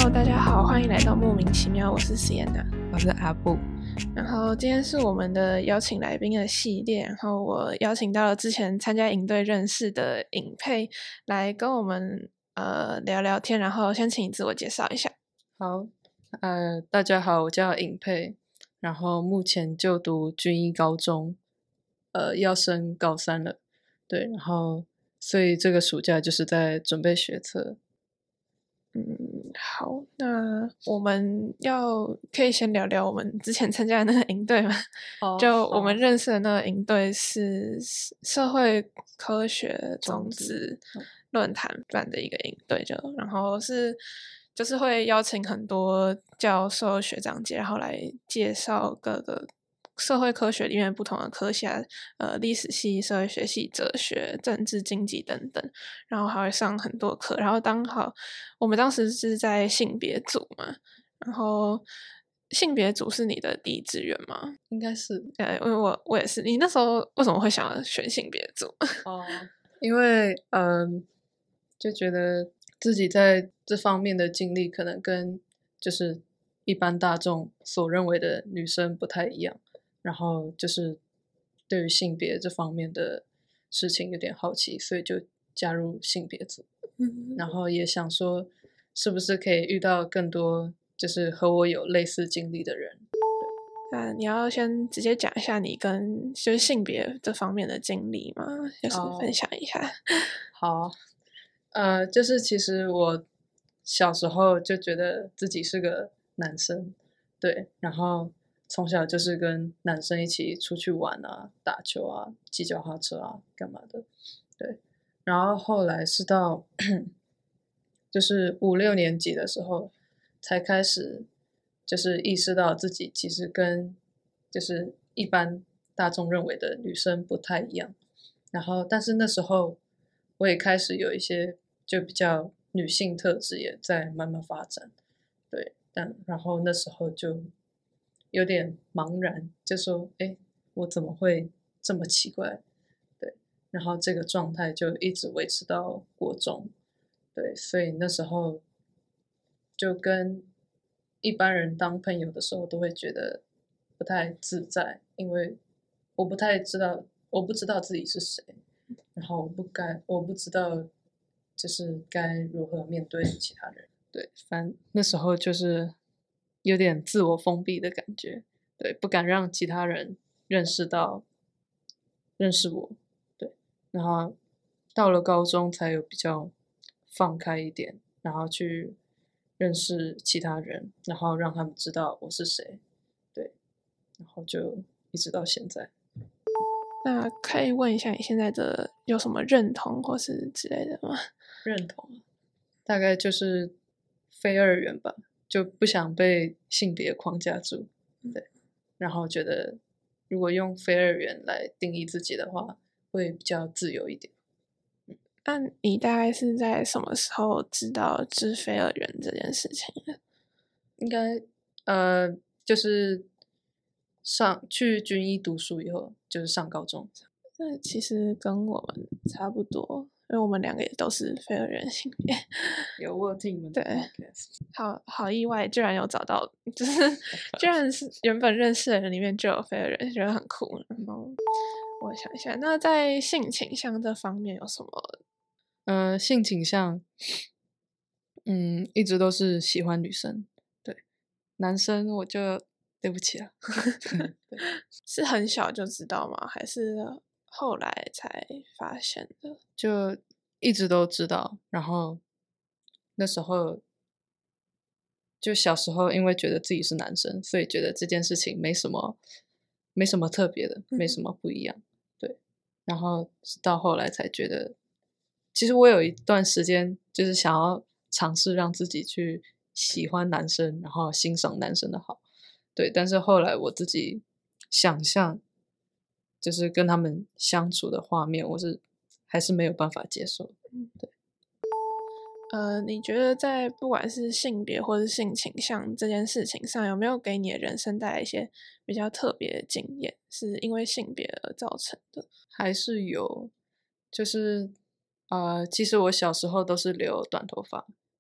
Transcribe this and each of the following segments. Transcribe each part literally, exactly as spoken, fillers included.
Hello， 大家好，欢迎来到莫名其妙，我是 Sienna， 我是阿布。 然后今天是我们的邀请来宾的系列，然后我邀请到了之前参加营队认识的颖佩来跟我们呃聊聊天，然后先请你自我介绍一下。 好，呃，大家好，我叫颖佩，然后目前就读军医高中，呃，要升高三了，对，然后所以这个暑假就是在准备学测。 嗯，好，那我们要可以先聊聊我们之前参加的那个营队吗？ 哦， 就我们认识的那个营队是社会科学种种子子论坛办的一个营队，就然后是就是会邀请很多教授学长姐，然后来介绍各个社会科学里面不同的科系啊，呃，历史系、社会学系、哲学、政治、经济等等，然后还会上很多课。然后刚好我们当时是在性别组嘛，然后性别组是你的第一志愿吗？ 应该是对，因为我我也是。你那时候为什么会想要选性别组？ 哦，因为嗯、呃，就觉得自己在这方面的经历可能跟就是一般大众所认为的女生不太一样。然后就是对于性别这方面的事情有点好奇，所以就加入性别组。 嗯， 然后也想说，是不是可以遇到更多就是和我有类似经历的人。 那你要先直接讲一下你跟就是性别这方面的经历吗？就是分享一下。 好，呃，就是其实我小时候就觉得自己是个男生，对，然后从小就是跟男生一起出去玩啊、打球啊、骑脚踏车啊、干嘛的，对。然后后来是到就是五六年级的时候，才开始就是意识到自己其实跟就是一般大众认为的女生不太一样。然后，但是那时候我也开始有一些就比较女性特质也在慢慢发展，对。但然后那时候就有点茫然，就说：“哎，我怎么会这么奇怪？”对，然后这个状态就一直维持到国中，对，所以那时候就跟一般人当朋友的时候，都会觉得不太自在，因为我不太知道，我不知道自己是谁，然后我不该，我不知道就是该如何面对其他人。对，反正那时候就是有点自我封闭的感觉，对，不敢让其他人认识到认识我，对，然后到了高中才有比较放开一点，然后去认识其他人，然后让他们知道我是谁，对，然后就一直到现在。 那可以问一下你现在的有什么认同或是之类的吗？ 认同大概就是非二元吧，就不想被性别框架住，对，然后觉得如果用非二元来定义自己的话，会比较自由一点。 那你大概是在什么时候知道知非二元这件事情的？ 应该呃，就是上去军医读书以后，就是上高中。 那其实跟我们差不多，因为我们两个也都是非二元性别。 有我有听你们的 podcast， 好好意外，居然有找到，就是居然是原本认识的人里面就有非二元，觉得很酷。然后我想一下，那在性倾向这方面有什么？ 嗯、呃，性倾向，嗯，一直都是喜欢女生，对，男生我就对不起了。对， 是很小就知道吗？还是后来才发现的？ 就一直都知道，然后那时候就小时候，因为觉得自己是男生，所以觉得这件事情没什么，没什么特别的，没什么不一样。对，然后到后来才觉得，其实我有一段时间就是想要尝试让自己去喜欢男生，然后欣赏男生的好。对，但是后来我自己想象，就是跟他们相处的画面，我是还是没有办法接受。对。 呃，你觉得在不管是性别或是性倾向这件事情上，有没有给你的人生带来一些比较特别的经验，是因为性别而造成的？ 还是有，就是呃，其实我小时候都是留短头发，对，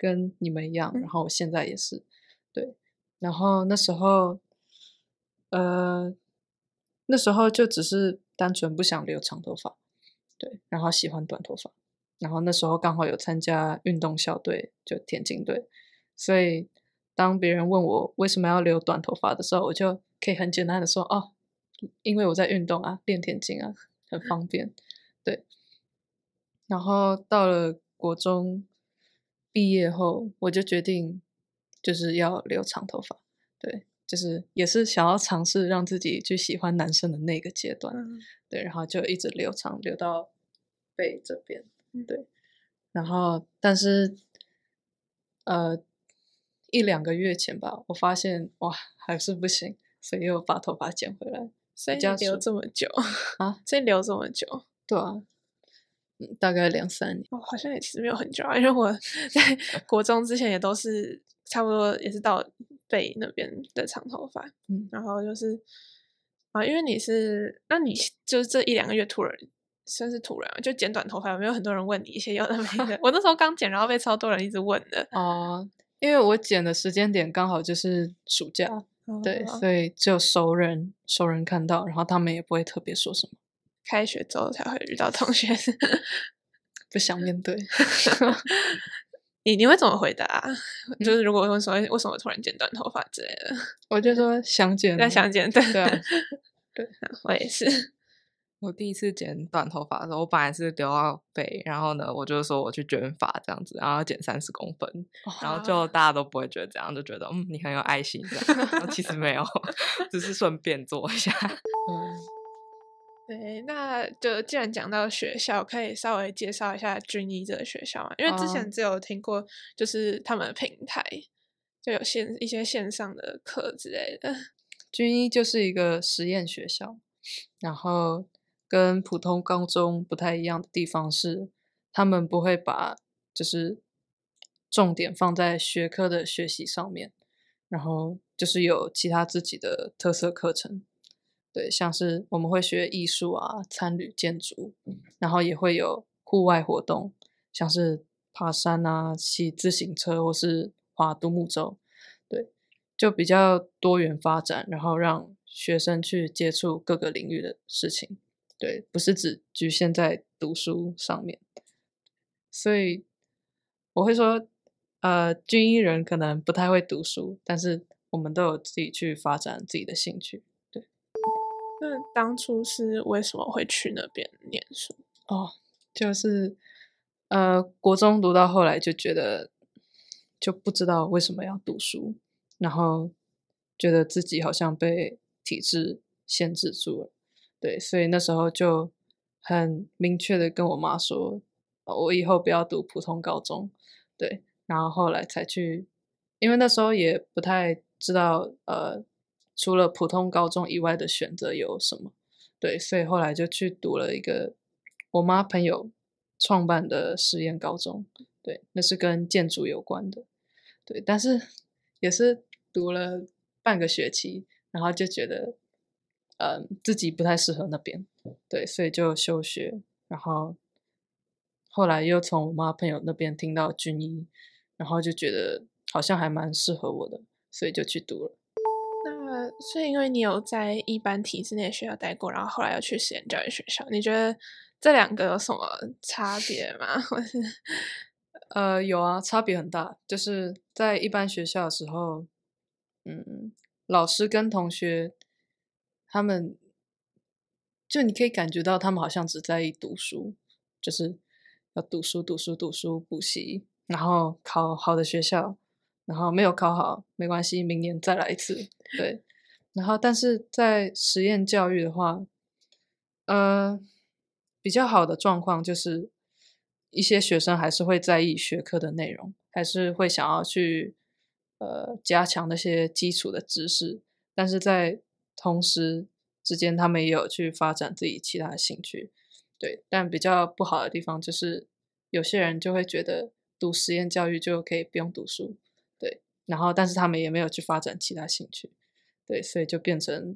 跟你们一样，然后我现在也是，对。然后那时候，呃，那时候就只是单纯不想留长头发，对，然后喜欢短头发。然后那时候刚好有参加运动校队，就田径队，所以当别人问我为什么要留短头发的时候，我就可以很简单的说，哦，因为我在运动啊，练田径啊，很方便，对。然后到了国中毕业后，我就决定就是要留长头发，对，就是也是想要尝试让自己去喜欢男生的那个阶段， 嗯对，然后就一直留长，留到背这边， 嗯对。然后但是呃一两个月前吧，我发现哇还是不行，所以又把头发剪回来， 所以你留比较舒这么久啊， 所以留这么久。 对啊，嗯，大概两三年， 哦，好像也其实没有很久啊，因为我在国中之前也都是差不多也是到背那边的长头发， 嗯， 然后就是啊，因为你是，那你就是这一两个月突然算是突然就剪短头发，有没有很多人问你一些有的没的？我那时候刚剪，然后被超多人一直问的。 哦，因为我剪的时间点刚好就是暑假，对， 哦， 所以只有熟人熟人看到，然后他们也不会特别说什么， 开学之后才会遇到同学。 不想面对。 你你会怎么回答啊？ 嗯就是如果问说为什么突然剪短头发之类的， 我就说想剪啊， 在想剪，对对啊， 对，我也是。 我第一次剪短头发的时候，我本来是留到背，然后呢，我就说我去卷发这样子，然后要剪三十公分，然后就大家都不会觉得这样，就觉得嗯你很有爱心这样，然后其实没有，只是顺便做一下。 嗯， 对，那就既然讲到学校，可以稍微介绍一下军医这个学校嘛？因为之前哦只有听过，就是他们的平台就有线一些线上的课之类的。 军医就是一个实验学校，然后跟普通高中不太一样的地方是，他们不会把就是重点放在学科的学习上面，然后就是有其他自己的特色课程，对，像是我们会学艺术啊、参旅、建筑，然后也会有户外活动，像是爬山啊、骑自行车或是划独木舟，对，就比较多元发展，然后让学生去接触各个领域的事情，对，不是只局限在读书上面。所以我会说，呃，军医人可能不太会读书，但是我们都有自己去发展自己的兴趣。对， 那当初是为什么会去那边念书？ 哦，就是呃，国中读到后来就觉得就不知道为什么要读书，然后觉得自己好像被体制限制住了，对，所以那时候就很明确的跟我妈说，呃我以后不要读普通高中，对，然后后来才去，因为那时候也不太知道，呃，除了普通高中以外的选择有什么，对，所以后来就去读了一个我妈朋友创办的实验高中，对，那是跟建筑有关的，对，但是也是读了半个学期，然后就觉得，嗯，自己不太适合那边，对，所以就休学，然后后来又从我妈朋友那边听到军医，然后就觉得好像还蛮适合我的，所以就去读了。 那是因为你有在一般体制内的学校待过，然后后来又去实验教育学校，你觉得这两个有什么差别吗？或是呃，有啊，差别很大。就是在一般学校的时候，嗯，老师跟同学他们，就你可以感觉到他们好像只在意读书，就是要读书、读书、读书、补习，然后考好的学校，然后没有考好没关系，明年再来一次。对，然后但是在实验教育的话，呃，比较好的状况就是一些学生还是会在意学科的内容，还是会想要去呃加强那些基础的知识，但是在同时之间，他们也有去发展自己其他的兴趣。对，但比较不好的地方就是有些人就会觉得读实验教育就可以不用读书，对，然后但是他们也没有去发展其他兴趣，对，所以就变成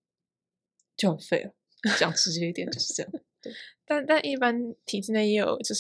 就很废了。讲直接一点就是这样。对， 但但一般体制内也有就是没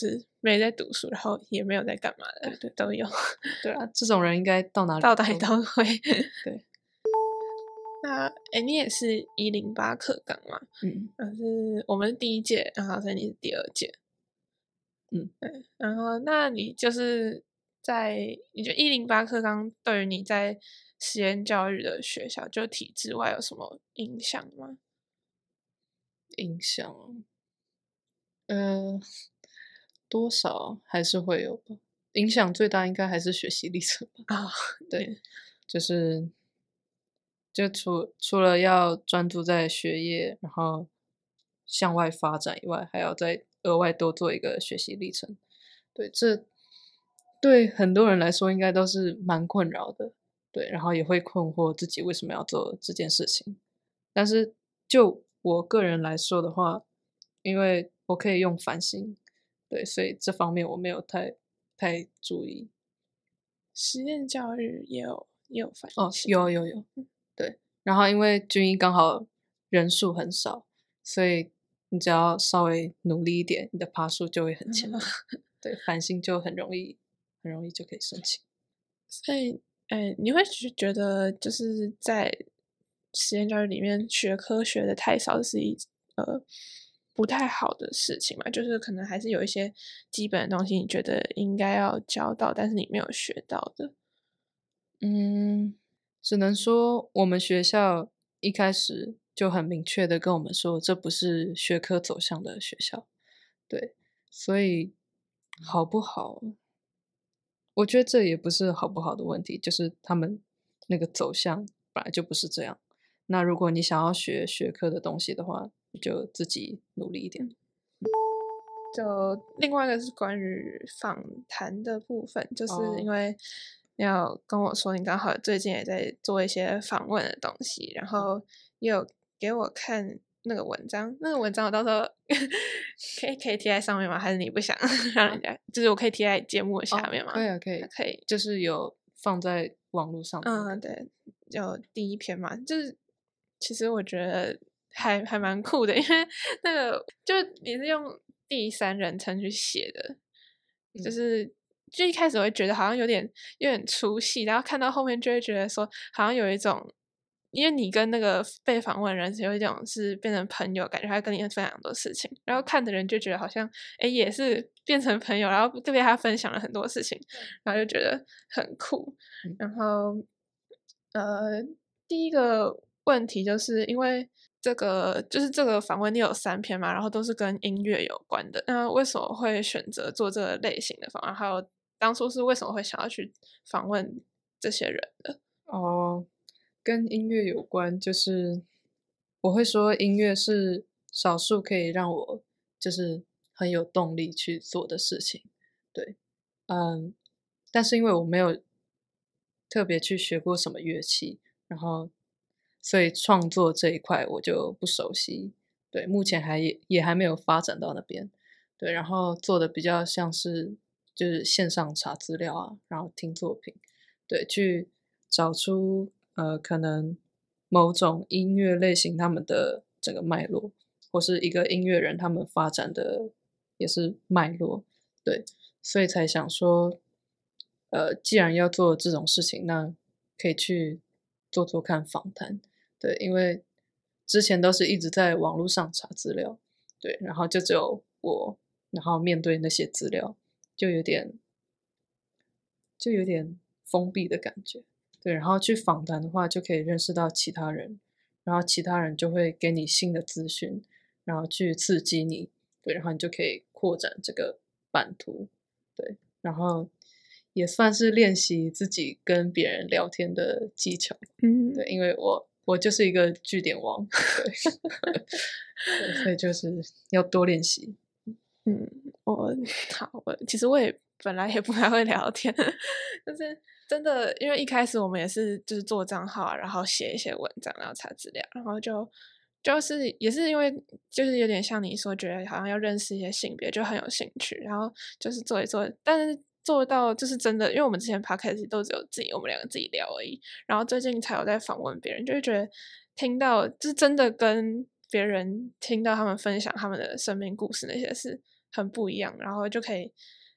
没在读书，然后也没有在干嘛的，对，都有。 对啊，这种人应该到哪里到哪里都会。 对。 那哎，你也是一零八课纲嘛？ 嗯， 但是我们是第一届，然后所以你是第二届。 嗯， 对。然后那你就是在你觉得一零八课纲对于你在实验教育的学校就体制外有什么影响吗？ 影响，呃，多少还是会有吧。影响最大应该还是学习历程吧。 啊、 对，就是就除除了要专注在学业，然后向外发展以外，还要再额外多做一个学习历程。对，这对很多人来说应该都是蛮困扰的。对，然后也会困惑自己为什么要做这件事情。但是就我个人来说的话，因为我可以用繁星，对，所以这方面我没有太太注意。 实验教育也有也有反哦， 省。 有有有，对。然后因为军医刚好人数很少，所以你只要稍微努力一点，你的趴数就会很前面。对，繁星就很容易，很容易就可以申请。 所以，哎，你会觉觉得就是在实验教育里面学科学的太少是一呃不太好的事情嘛？就是可能还是有一些基本的东西，你觉得应该要教到，但是你没有学到的。 嗯，只能说我们学校一开始就很明确的跟我们说，这不是学科走向的学校。对，所以好不好？我觉得这也不是好不好的问题，就是他们那个走向本来就不是这样。那如果你想要学学科的东西的话，你就自己努力一点。 就另外一个是关于访谈的部分，就是哦因为你有跟我说你刚好最近也在做一些访问的东西，然后也有给我看那个文章，那个文章我到时候可以可以贴在上面吗？还是你不想让人家？就是我可以贴在节目的下面吗？ 哦可以啊，可以， 可以， 就是有放在网络上。 嗯，对，就第一篇嘛，就是其实我觉得还还蛮酷的，因为那个就你是用第三人称去写的，就嗯是就一开始会觉得好像有点有点出戏，然后看到后面就会觉得说好像有一种，因为你跟那个被访问人有一种是变成朋友，感觉他会跟你分享很多事情，然后看的人就觉得好像哎也是变成朋友，然后被他分享了很多事情，然后就觉得很酷。 嗯然后呃，第一个问题就是因为这个就是这个访问你有三篇嘛，然后都是跟音乐有关的。那为什么会选择做这个类型的访问？还有当初是为什么会想要去访问这些人的？ 哦，跟音乐有关，就是我会说音乐是少数可以让我就是很有动力去做的事情。对，嗯，但是因为我没有特别去学过什么乐器，然后所以创作这一块我就不熟悉。对，目前还也也还没有发展到那边。对，然后做的比较像是就是线上查资料啊，然后听作品，对，去找出呃可能某种音乐类型他们的整个脉络，或是一个音乐人他们发展的也是脉络，对，所以才想说，呃，既然要做这种事情，那可以去做做看访谈，对，因为之前都是一直在网络上查资料，对，然后就只有我，然后面对那些资料，就有点就有点封闭的感觉，对，然后去访谈的话，就可以认识到其他人，然后其他人就会给你新的资讯，然后去刺激你，对，然后你就可以扩展这个版图，对，然后也算是练习自己跟别人聊天的技巧， 嗯， 对，因为我我就是一个句点王，对，对，所以就是要多练习。 嗯，我好，我其实我也本来也不太会聊天，就是真的，因为一开始我们也是就是做账号啊，然后写一些文章，然后查资料，然后就就是也是因为就是有点像你说，觉得好像要认识一些性别，就很有兴趣，然后就是做一做，但是做到就是真的，因为我们之前 podcast 都只有自己我们两个自己聊而已，然后最近才有在访问别人，就会觉得听到就是真的跟别人听到他们分享他们的生命故事那些是很不一样，然后就可以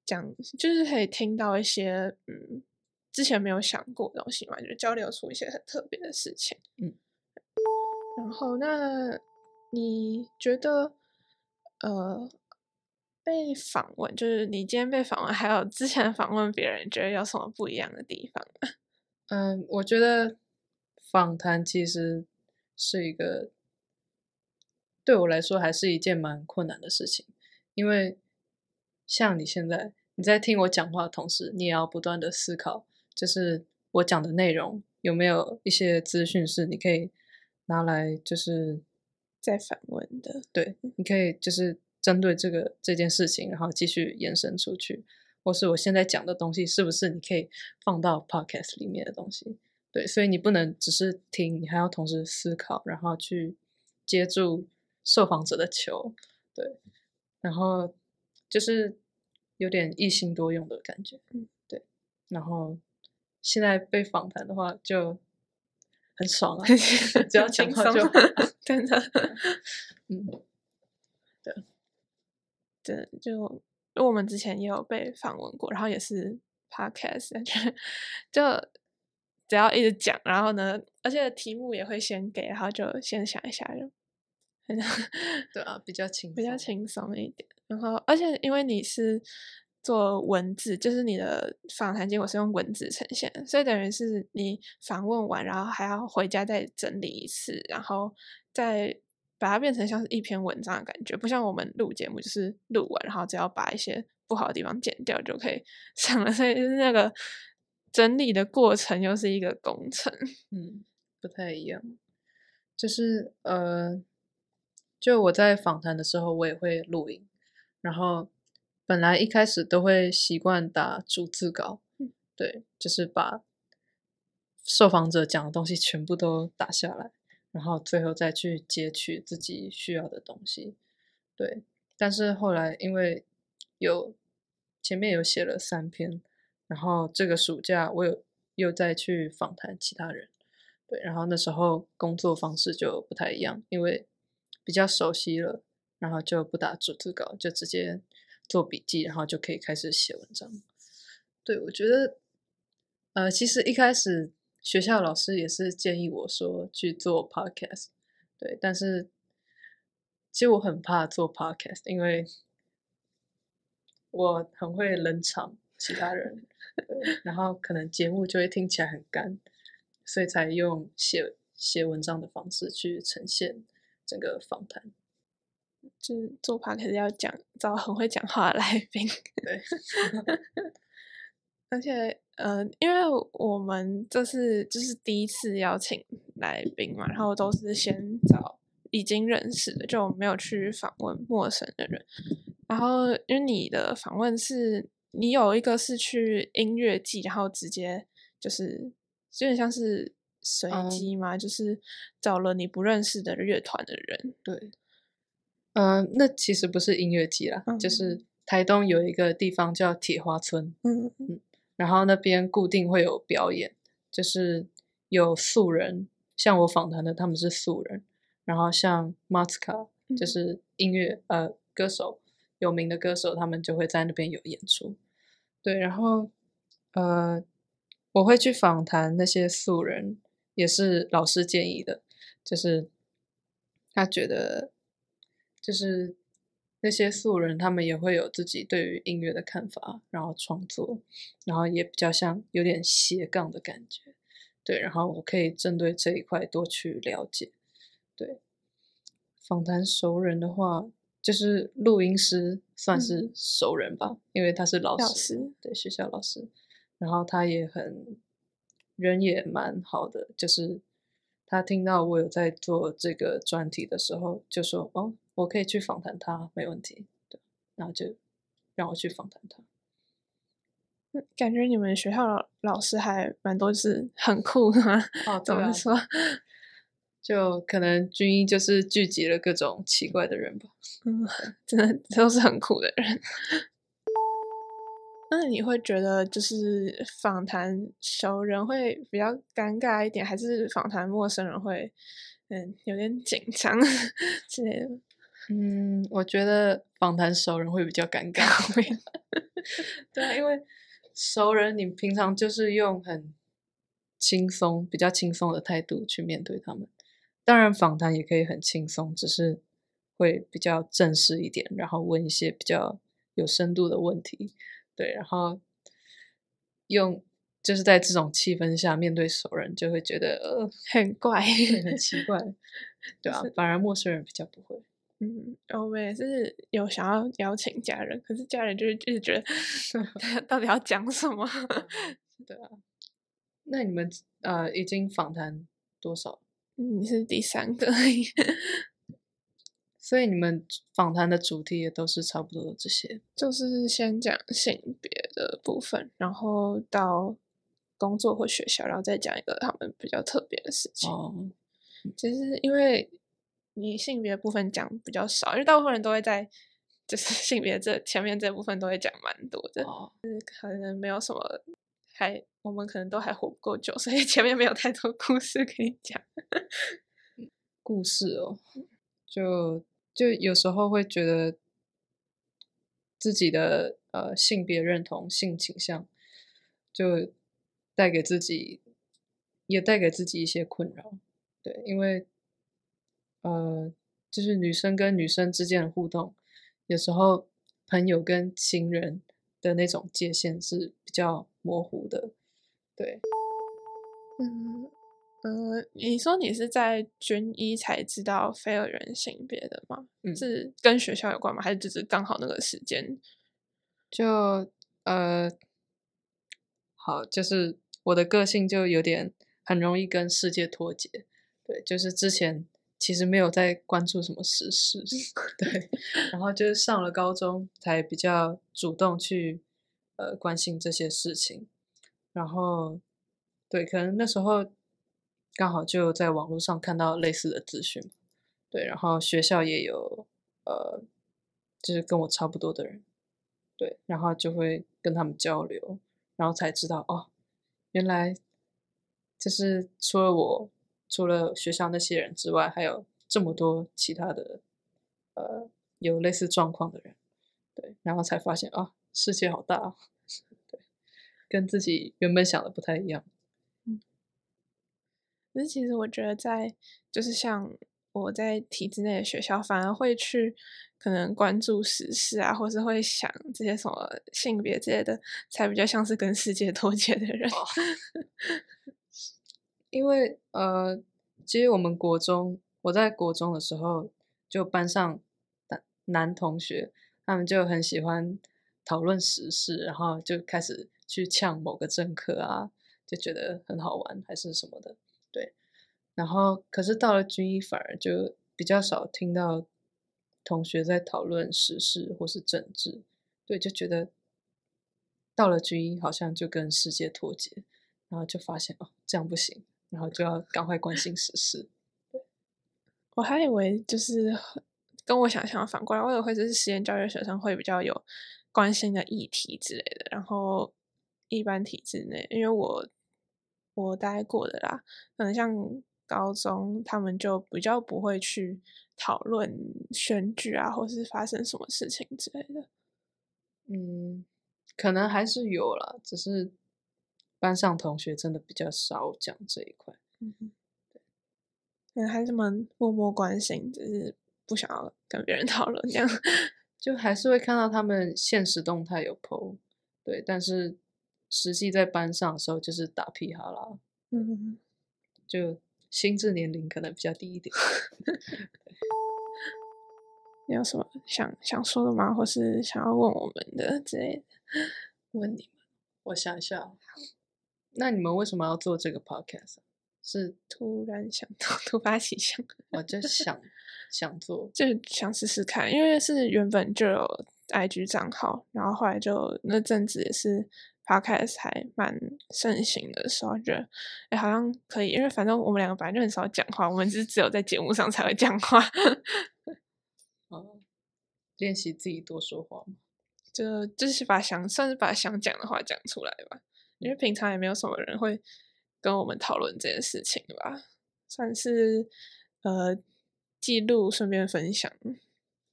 讲，就是可以听到一些嗯之前没有想过的东西嘛，就是交流出一些很特别的事情。 嗯， 然后那你觉得呃被访问，就是你今天被访问，还有之前访问别人，觉得有什么不一样的地方吗？ 嗯，我觉得访谈其实是一个对我来说还是一件蛮困难的事情，因为像你现在你在听我讲话的同时，你也要不断的思考，就是我讲的内容有没有一些资讯是你可以拿来就是在访问的， 对，你可以就是针对这个这件事情，然后继续延伸出去，或是我现在讲的东西是不是你可以放到 podcast 里面的东西？对，所以你不能只是听，你还要同时思考，然后去接住受访者的球，对，然后就是有点一心多用的感觉， 嗯， 对，然后现在被访谈的话就很爽啊，只要讲轻松话就好， 真的， 嗯。 真的就因为我们之前也有被访问过，然后也是 podcast，就就只要一直讲，然后呢，而且题目也会先给，然后就先想一下，就很对啊，比较轻松， 比较轻松一点。然后，而且因为你是做文字，就是你的访谈结果是用文字呈现的，所以等于是你访问完，然后还要回家再整理一次，然后再把它变成像是一篇文章的感觉，不像我们录节目就是录完，然后只要把一些不好的地方剪掉就可以上了，所以就是那个整理的过程又是一个工程。 嗯，不太一样。就是呃，就我在访谈的时候，我也会录音，然后本来一开始都会习惯打逐字稿， 嗯对，就是把受访者讲的东西全部都打下来，然后最后再去截取自己需要的东西，对。但是后来因为有前面有写了三篇，然后这个暑假我有又再去访谈其他人，对，然后那时候工作方式就不太一样，因为比较熟悉了，然后就不打逐字稿，就直接做笔记，然后就可以开始写文章。对，我觉得，呃，其实一开始学校老师也是建议我说去做 podcast，对，但是其实我很怕做 podcast，因为我很会冷场其他人，对，然后可能节目就会听起来很干，所以才用写写文章的方式去呈现整个访谈。 就是做 podcast 要讲找很会讲话的来宾， 对， 而且呃，因为我们这是就是第一次邀请来宾嘛，然后都是先找已经认识的，就没有去访问陌生的人。然后因为你的访问是你有一个是去音乐季，然后直接就是有点像是随机嘛，就是找了你不认识的乐团的人。 对，嗯、呃，那其实不是音乐季啦， 嗯就是台东有一个地方叫铁花村， 嗯嗯，然后那边固定会有表演，就是有素人，像我访谈的他们是素人，然后像 Matska 就是音乐呃歌手，有名的歌手，他们就会在那边有演出。对，然后呃，我会去访谈那些素人，也是老师建议的，就是他觉得就是那些素人，他们也会有自己对于音乐的看法，然后创作，然后也比较像有点斜杠的感觉。对，然后我可以针对这一块多去了解。对，访谈熟人的话，就是录音师算是熟人吧，因为他是老师， 老师对，学校老师，然后他也很人也蛮好的，就是他听到我有在做这个专题的时候，就说哦，我可以去访谈他，没问题，对，然后就让我去访谈他。 感觉你们学校老老师还蛮多，就是很酷的嘛。 哦， 怎对啊， 么说？ 就可能军医就是聚集了各种奇怪的人吧。 嗯，真的都是很酷的人。那你会觉得就是访谈熟人会比较尴尬一点，还是访谈陌生人会嗯有点紧张之类的？ 嗯，我觉得访谈熟人会比较尴尬。对啊，因为熟人你平常就是用很轻松、比较轻松的态度去面对他们。当然，访谈也可以很轻松，只是会比较正式一点，然后问一些比较有深度的问题。对，然后用就是在这种气氛下面对熟人，就会觉得呃很怪。 对很奇怪。对啊， 就是反而陌生人比较不会。 嗯，我们也是有想要邀请家人，可是家人就是一直觉得到底要讲什么。 对啊，那你们呃已经访谈多少？ 你是第三个而已。 所以你们访谈的主题也都是差不多的这些。 就是先讲性别的部分，然后到工作或学校，然后再讲一个他们比较特别的事情。 哦， 其实因为你性别部分讲比较少，因为大部分人都会在就是性别这前面这部分都会讲蛮多的， 哦， 可能没有什么，还我们可能都还活不够久，所以前面没有太多故事可以讲。 故事哦，就就有时候会觉得自己的呃性别认同、性倾向，就带给自己，也带给自己一些困扰。对，因为呃，就是女生跟女生之间的互动，有时候朋友跟情人的那种界限是比较模糊的。对， 嗯，呃，你说你是在军医才知道非二元性别的吗？ 嗯是跟学校有关吗？还是只是刚好那个时间？ 就呃，好，就是我的个性就有点很容易跟世界脱节。对，就是之前其实没有在关注什么时事，对，然后就是上了高中才比较主动去呃关心这些事情，然后对，可能那时候刚好就在网络上看到类似的资讯，对，然后学校也有呃，就是跟我差不多的人，对，然后就会跟他们交流，然后才知道哦，原来就是除了我，除了学校那些人之外，还有这么多其他的呃有类似状况的人，对，然后才发现啊，世界好大啊，对，跟自己原本想的不太一样。 可是其实我觉得在就是像我在体制内的学校，反而会去可能关注时事啊，或是会想这些什么性别之类的，才比较像是跟世界脱节的人。 因为呃，其实我们国中，我在国中的时候，就班上男男同学，他们就很喜欢讨论时事，然后就开始去呛某个政客啊，就觉得很好玩还是什么的，对。然后可是到了军医，反而就比较少听到同学在讨论时事或是政治，对，就觉得到了军医好像就跟世界脱节，然后就发现哦，这样不行。然后就要赶快关心时事。 我还以为就是跟我想象的反过来，我以为会是实验教育学生会比较有关心的议题之类的，然后一般体制内，因为我我待过的啦，可能像高中他们就比较不会去讨论选举啊，或是发生什么事情之类的。 嗯，可能还是有啦，只是班上同学真的比较少讲这一块。 嗯哼，可能还是蛮默默关心，只是不想要跟别人讨论这样。 就还是会看到他们现实动态有 po，对，但是实际在班上的时候就是打屁哈啦， 嗯， 就心智年龄可能比较低一点。 你有什么想想说的吗？或是想要问我们的之类的？ 问你们，我想一下，那你们为什么要做这个 podcast？是突然想到，突发奇想， 我就想想做， 就想试试看，因为是原本就有 I G 账号，然后后来就那阵子也是 Podcast 还蛮盛行的时候，觉得哎好像可以，因为反正我们两个本来就很少讲话，我们只是只有在节目上才会讲话， 嗯，练习自己多说话嘛。 就就是把想算是把想讲的话讲出来吧，因为平常也没有什么人会跟我们讨论这件事情吧，算是呃记录顺便分享。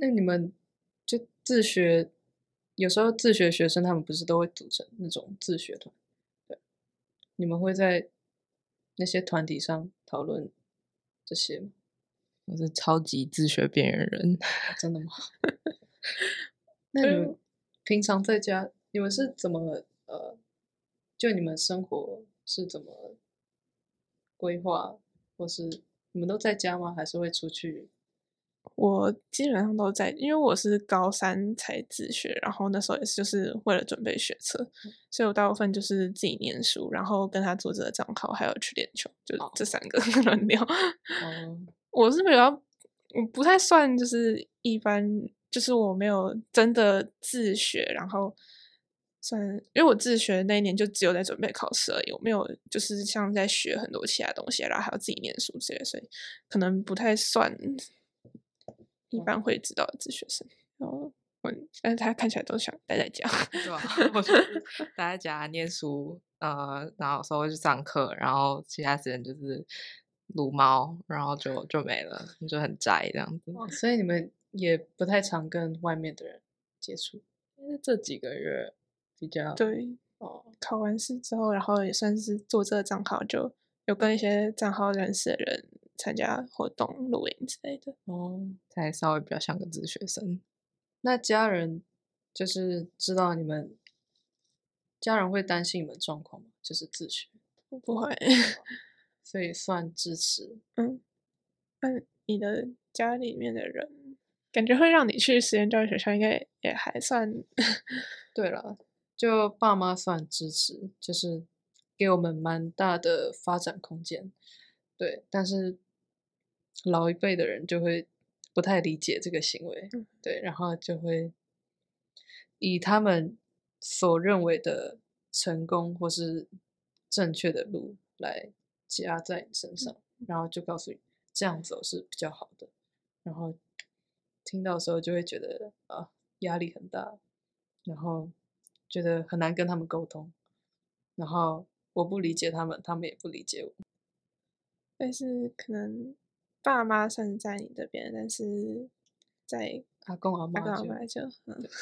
那你们就自学，有时候自学学生他们不是都会组成那种自学团？对，你们会在那些团体上讨论这些吗？ 我是超级自学边缘人。 真的吗？那你们平常在家，你们是怎么呃，就你们生活是怎么规划，或是你们都在家吗？还是会出去？ 我基本上都在，因为我是高三才自学，然后那时候也是就是为了准备学测，所以我大部分就是自己念书，然后跟他做这个账号，还有去练球，就这三个轮流。 哦， 我是比较，我不太算就是一般，就是我没有真的自学，然后算，因为我自学那一年就只有在准备考试而已，我没有就是像在学很多其他东西，然后还要自己念书之类的，所以可能不太算一般会知道的自学生。然后我，但是他看起来都想待在家， 对吧？我就是待在家念书，呃，然后有时候会去上课，然后其他时间就是撸猫，然后就就没了，就很宅这样子。 哦，所以你们也不太常跟外面的人接触。 因为这几个月比较对， 哦， 考完试之后，然后也算是做这个账号，就有跟一些账号认识的人参加活动、录影之类的。 哦， 才稍微比较像个自学生。 那家人就是知道你们，家人会担心你们状况吗？就是自学， 我不会， 所以算支持。 嗯，那你的家里面的人，感觉会让你去实验教育学校，应该也还算对了，就爸妈算支持，就是给我们蛮大的发展空间。对，但是老一辈的人就会不太理解这个行为， 嗯对，然后就会以他们所认为的成功或是正确的路来加在你身上，然后就告诉你这样走是比较好的，然后听到的时候就会觉得啊压力很大，然后觉得很难跟他们沟通，然后我不理解他们，他们也不理解我。 但是可能爸妈算是在你这边，但是在阿公阿阿公妈就阿妈就嗯， 对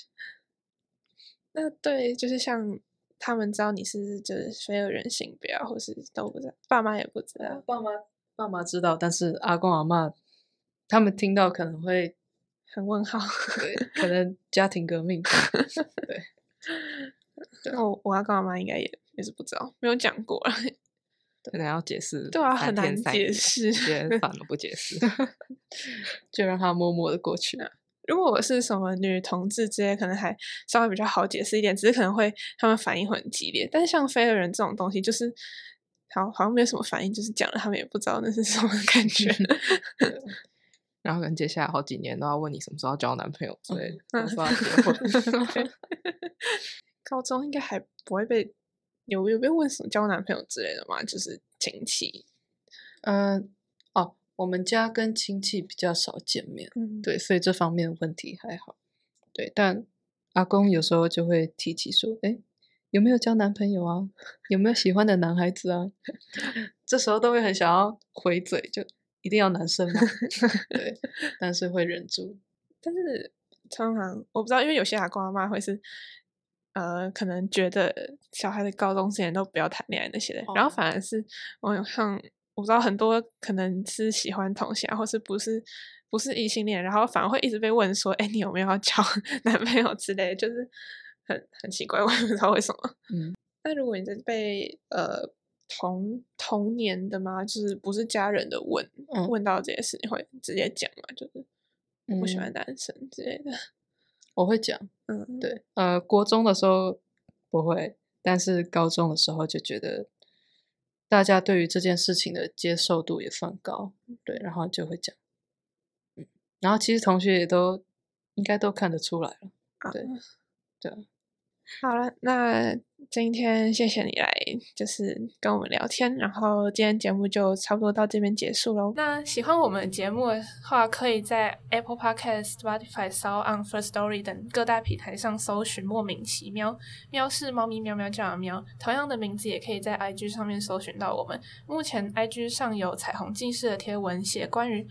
那对，就是像他们知道你是就是非二元性别啊，或是都不知道，爸妈也不知道， 爸妈爸妈知道，但是阿公阿妈他们听到可能会很问号。 对，可能家庭革命。对， 那我我阿公阿妈应该也也是不知道，没有讲过啊。 可能要解释， 对啊， 三很难天三夜解释。 直接算了不解释。 就让他默默的过去。 如果我是什么女同志之类，可能还稍微比较好解释一点，只是可能会他们反应会很激烈。但是像非二人这种东西，就是好好像没有什么反应，就是讲了他们也不知道那是什么感觉。 然后可能接下来好几年都要问你什么时候要交男朋友之类的， 嗯什么时候要结婚。 高中应该还不会被有有被问什么交男朋友之类的吗？就是亲戚， 嗯，哦，我们家跟亲戚比较少见面， 嗯， 对，所以这方面的问题还好。对，但阿公有时候就会提起说，哎，有没有交男朋友啊？有没有喜欢的男孩子啊？这时候都会很想要回嘴，就一定要男生吗？对，但是会忍住。 但是通常我不知道，因为有些阿公阿妈会是，呃，可能觉得小孩的高中之前都不要谈恋爱那些的， 哦然后反而是我像我不知道很多可能是喜欢同性啊，或是不是不是异性恋，然后反而会一直被问说，哎，你有没有要交男朋友之类的，就是很很奇怪，我也不知道为什么。 嗯， 那如果你是被呃同同年的吗？就是不是家人的问、 嗯问到这些事，你会直接讲吗？就是我不喜欢嗯男生之类的。 我会讲。 嗯， 对，呃，国中的时候不会，但是高中的时候就觉得大家对于这件事情的接受度也算高，对，然后就会讲，嗯，然后其实同学也都应该都看得出来了， 啊对，对啊， 好了，那今天谢谢你来，就是跟我们聊天，然后今天节目就差不多到这边结束喽。那喜欢我们的节目的话，可以在 Apple Podcast、Spotify、SoundOn、First Story 等各大平台上搜寻莫名其妙，喵是猫咪喵喵叫的喵，同样的名字也可以在 I G 上面搜寻到我们。目前 I G 上有彩虹记事的贴文，写关于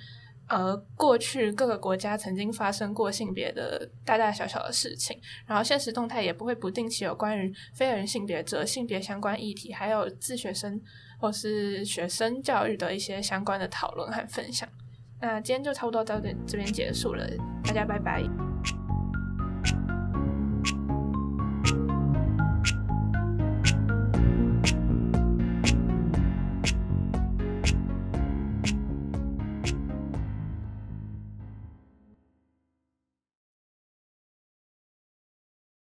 呃过去各个国家曾经发生过性别的大大小小的事情，然后现实动态也不会不定期有关于非人性别者、性别相关议题，还有自学生或是学生教育的一些相关的讨论和分享。那今天就差不多到这边结束了，大家拜拜。